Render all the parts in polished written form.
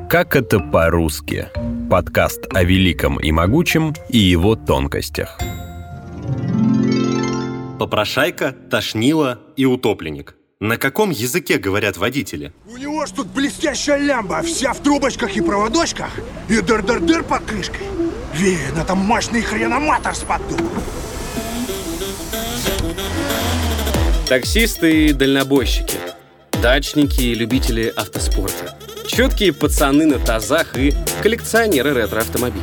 Как это по-русски? Подкаст о великом и могучем и его тонкостях. Попрошайка, тошнило и утопленник. На каком языке говорят водители? У него ж тут блестящая лямба, вся в трубочках и проводочках, и дыр-дыр-дыр под крышкой. Видно, там мощный хреноматор с поддувом. Таксисты и дальнобойщики, дачники и любители автоспорта, чуткие пацаны на тазах и коллекционеры ретро-автомобилей.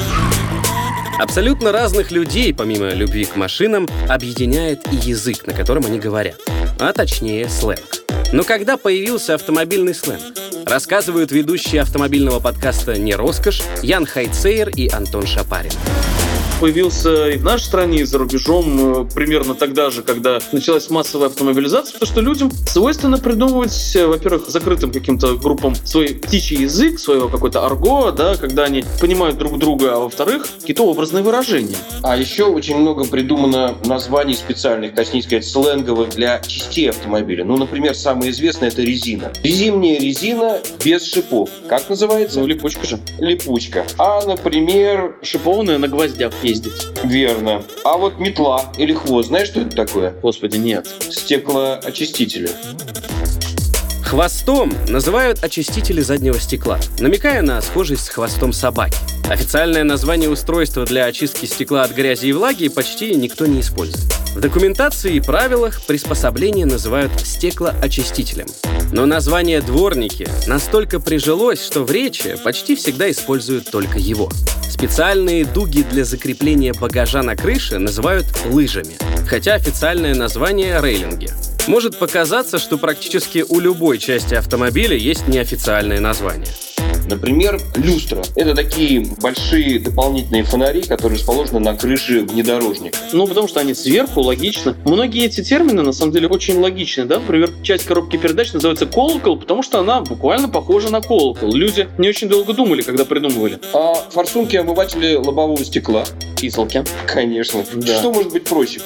Абсолютно разных людей, помимо любви к машинам, объединяет и язык, на котором они говорят, а точнее сленг. Но когда появился автомобильный сленг? Рассказывают ведущие автомобильного подкаста «Не роскошь» Ян Хайцейер и Антон Шапарин. Появился и в нашей стране, и за рубежом примерно тогда же, когда началась массовая автомобилизация, потому что людям свойственно придумывать, во-первых, закрытым каким-то группам свой птичий язык, своего какой-то арго, да, когда они понимают друг друга, а во-вторых, какие-то образные выражения. А еще очень много придумано названий специальных, точнее сказать, сленговых для частей автомобиля. Ну, например, самое известное — это резина. Зимняя резина без шипов. Как называется? Ну, липучка же. Липучка. А, например... Шипованная на гвоздях ездить. Верно. А вот метла или хвост, знаешь, что это такое? Господи, нет. Стеклоочистители. Хвостом называют очистители заднего стекла, намекая на схожесть с хвостом собаки. Официальное название устройства для очистки стекла от грязи и влаги почти никто не использует. В документации и правилах приспособление называют стеклоочистителем. Но название «дворники» настолько прижилось, что в речи почти всегда используют только его. Специальные дуги для закрепления багажа на крыше называют лыжами, хотя официальное название — рейлинги. Может показаться, что практически у любой части автомобиля есть неофициальное название. Например, люстра. Это такие большие дополнительные фонари, которые расположены на крыше внедорожника. Ну, потому что они сверху, логично. Многие эти термины, на самом деле, очень логичны, да? Например, часть коробки передач называется «колокол», потому что она буквально похожа на колокол. Люди не очень долго думали, когда придумывали. А форсунки омыватели лобового стекла? Киселки. Конечно. Да. Что может быть проще?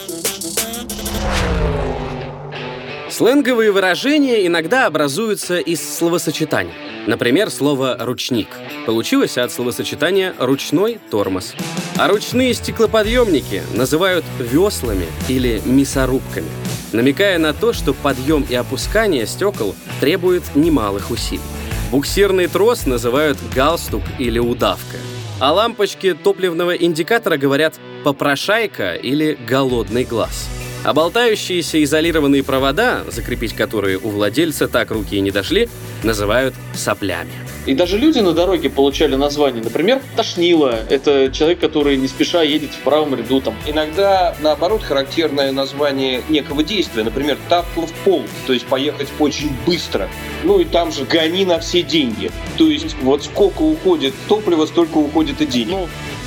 Сленговые выражения иногда образуются из словосочетаний. Например, слово «ручник» получилось от словосочетания «ручной тормоз». А ручные стеклоподъемники называют веслами или мясорубками, намекая на то, что подъем и опускание стекол требует немалых усилий. Буксирный трос называют галстук или удавка. А лампочки топливного индикатора говорят «попрошайка» или «голодный глаз». А болтающиеся изолированные провода, закрепить которые у владельца так руки и не дошли, называют соплями. И даже люди на дороге получали название. Например, тошнило. Это человек, который не спеша едет в правом ряду. Там. Иногда, наоборот, характерное название некого действия. Например, тапкал в пол, то есть поехать очень быстро. Ну и там же гони на все деньги. То есть вот сколько уходит топлива, столько уходит и денег.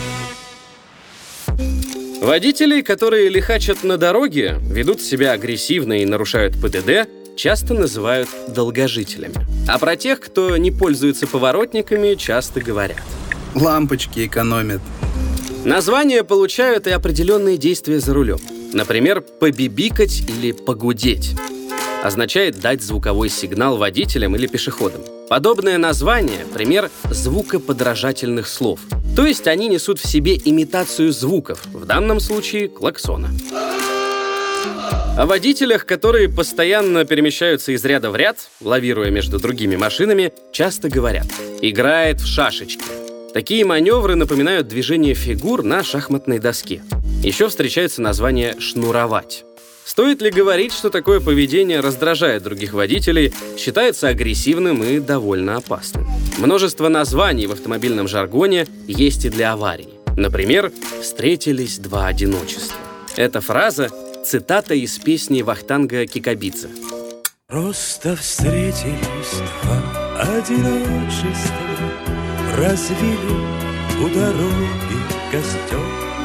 Водители, которые лихачат на дороге, ведут себя агрессивно и нарушают ПДД, часто называют долгожителями. А про тех, кто не пользуется поворотниками, часто говорят: лампочки экономят. Названия получают и определенные действия за рулем. Например, побибикать или погудеть. Означает дать звуковой сигнал водителям или пешеходам. Подобное название — пример звукоподражательных слов. То есть они несут в себе имитацию звуков, в данном случае клаксона. О водителях, которые постоянно перемещаются из ряда в ряд, лавируя между другими машинами, часто говорят: «играет в шашечки». Такие маневры напоминают движение фигур на шахматной доске. Еще встречается название «шнуровать». Стоит ли говорить, что такое поведение раздражает других водителей, считается агрессивным и довольно опасным? Множество названий в автомобильном жаргоне есть и для аварий. Например, «встретились два одиночества». Эта фраза — цитата из песни Вахтанга Кикабидзе. Просто встретились два одиночества, развили у дороги костер.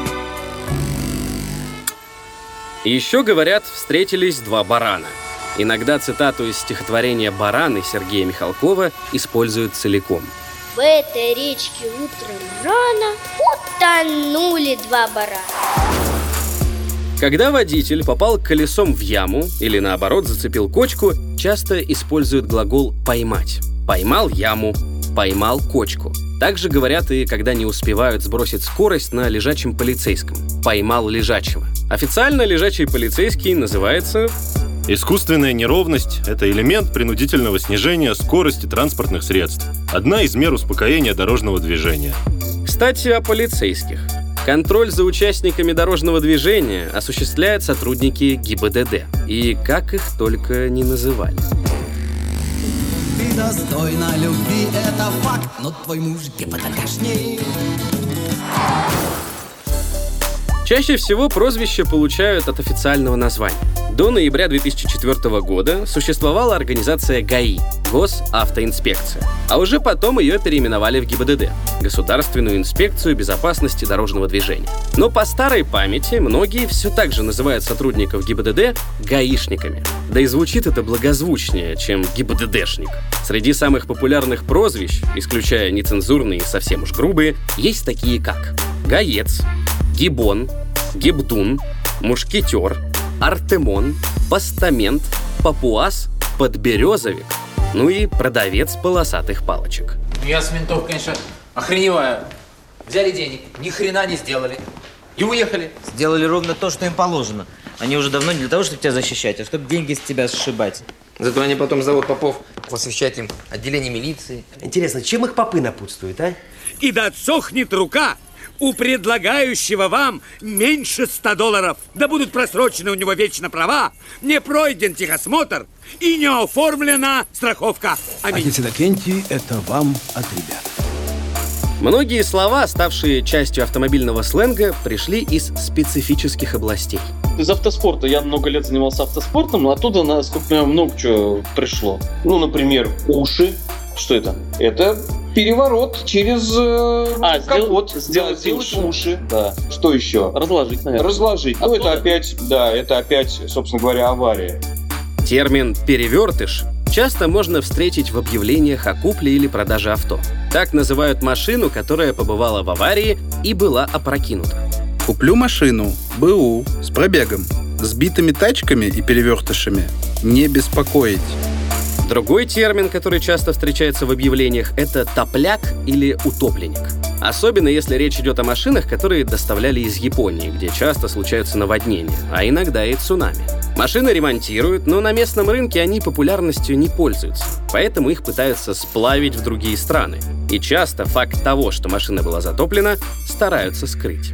И еще говорят «встретились два барана». Иногда цитату из стихотворения «Бараны» Сергея Михалкова используют целиком. В этой речке утром рано утонули два барана. Когда водитель попал колесом в яму или, наоборот, зацепил кочку, часто используют глагол «поймать». Поймал яму, «поймал кочку». Также говорят и когда не успевают сбросить скорость на лежачем полицейском. «Поймал лежачего». Официально лежачий полицейский называется... Искусственная неровность – это элемент принудительного снижения скорости транспортных средств. Одна из мер успокоения дорожного движения. Кстати, о полицейских. Контроль за участниками дорожного движения осуществляют сотрудники ГИБДД. И как их только не называли. Ты достойна любви, это факт, но твой муж ГИБДДшник. Чаще всего прозвища получают от официального названия. До ноября 2004 года существовала организация ГАИ – Госавтоинспекция. А уже потом ее переименовали в ГИБДД – Государственную инспекцию безопасности дорожного движения. Но по старой памяти многие все так же называют сотрудников ГИБДД гаишниками. Да и звучит это благозвучнее, чем ГИБДДшник. Среди самых популярных прозвищ, исключая нецензурные и совсем уж грубые, есть такие как гаец, гибон, гибдун, мушкетер, артемон, постамент, папуас, подберезовик, ну и продавец полосатых палочек. Я с ментов, конечно, охреневаю. Взяли денег, ни хрена не сделали. И уехали. Сделали ровно то, что им положено. Они уже давно не для того, чтобы тебя защищать, а чтобы деньги с тебя сшибать. Зато они потом зовут попов посвящать им отделение милиции. Интересно, чем их попы напутствуют, а? И да отсохнет рука у предлагающего вам меньше $100. Да будут просрочены у него вечно права, не пройден техосмотр и не оформлена страховка. Аминь. Отец Иннокентий, это вам от ребят. Многие слова, ставшие частью автомобильного сленга, пришли из специфических областей. Из автоспорта. Я много лет занимался автоспортом, но оттуда, насколько я много чего пришло. Ну, например, уши. Что это? Это переворот через капот. Сделать уши. Да. Что еще? Разложить, наверное. Разложить. Ну, это опять, собственно говоря, авария. Термин «перевертыш» часто можно встретить в объявлениях о купле или продаже авто. Так называют машину, которая побывала в аварии и была опрокинута. Куплю машину, БУ, с пробегом, сбитыми тачками и перевертышами. Не беспокоить. Другой термин, который часто встречается в объявлениях, это топляк или утопленник. Особенно если речь идет о машинах, которые доставляли из Японии, где часто случаются наводнения, а иногда и цунами. Машины ремонтируют, но на местном рынке они популярностью не пользуются, поэтому их пытаются сплавить в другие страны. И часто факт того, что машина была затоплена, стараются скрыть.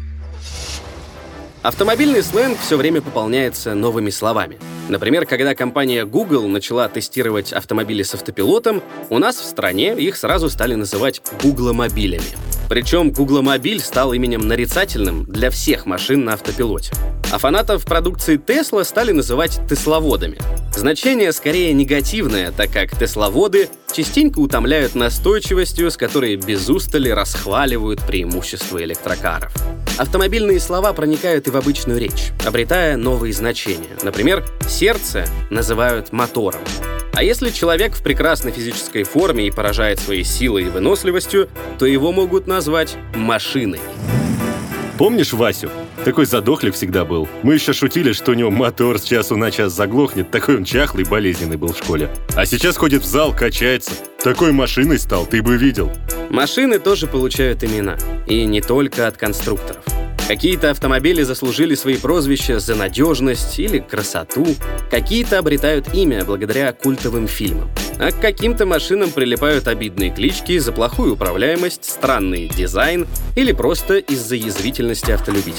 Автомобильный сленг все время пополняется новыми словами. Например, когда компания Google начала тестировать автомобили с автопилотом, у нас в стране их сразу стали называть гугломобилями. Причем гугломобиль стал именем нарицательным для всех машин на автопилоте. А фанатов продукции Tesla стали называть тесловодами. Значение скорее негативное, так как тесловоды частенько утомляют настойчивостью, с которой без устали расхваливают преимущества электрокаров. Автомобильные слова проникают и в обычную речь, обретая новые значения. Например, сердце называют мотором. А если человек в прекрасной физической форме и поражает своей силой и выносливостью, то его могут назвать машиной. Помнишь Васю? Такой задохлик всегда был. Мы еще шутили, что у него мотор с часу на час заглохнет. Такой он чахлый, болезненный был в школе. А сейчас ходит в зал, качается. Такой машиной стал, ты бы видел. Машины тоже получают имена. И не только от конструкторов. Какие-то автомобили заслужили свои прозвища за надежность или красоту. Какие-то обретают имя благодаря культовым фильмам. А к каким-то машинам прилипают обидные клички за плохую управляемость, странный дизайн или просто из-за язвительности автолюбителей.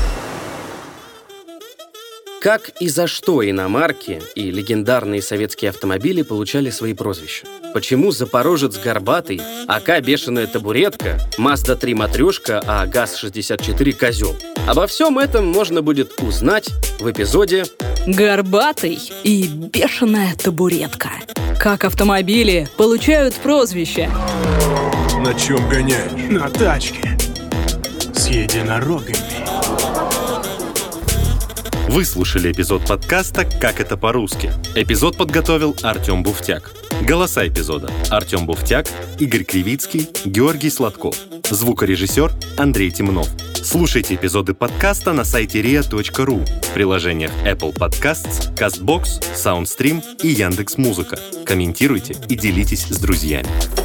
Как и за что иномарки и легендарные советские автомобили получали свои прозвища? Почему Запорожец горбатый, АК бешеная табуретка, Мазда 3 матрешка, а ГАЗ-64 козел? Обо всем этом можно будет узнать в эпизоде «Горбатый и бешеная табуретка. Как автомобили получают прозвища». На чем гоняешь? На тачке. С единорогами. Вы слушали эпизод подкаста «Как это по-русски». Эпизод подготовил Артем Буфтяк. Голоса эпизода: Артем Буфтяк, Игорь Кривицкий, Георгий Сладков. Звукорежиссер Андрей Темнов. Слушайте эпизоды подкаста на сайте ria.ru, в приложениях Apple Podcasts, CastBox, SoundStream и Яндекс.Музыка. Комментируйте и делитесь с друзьями.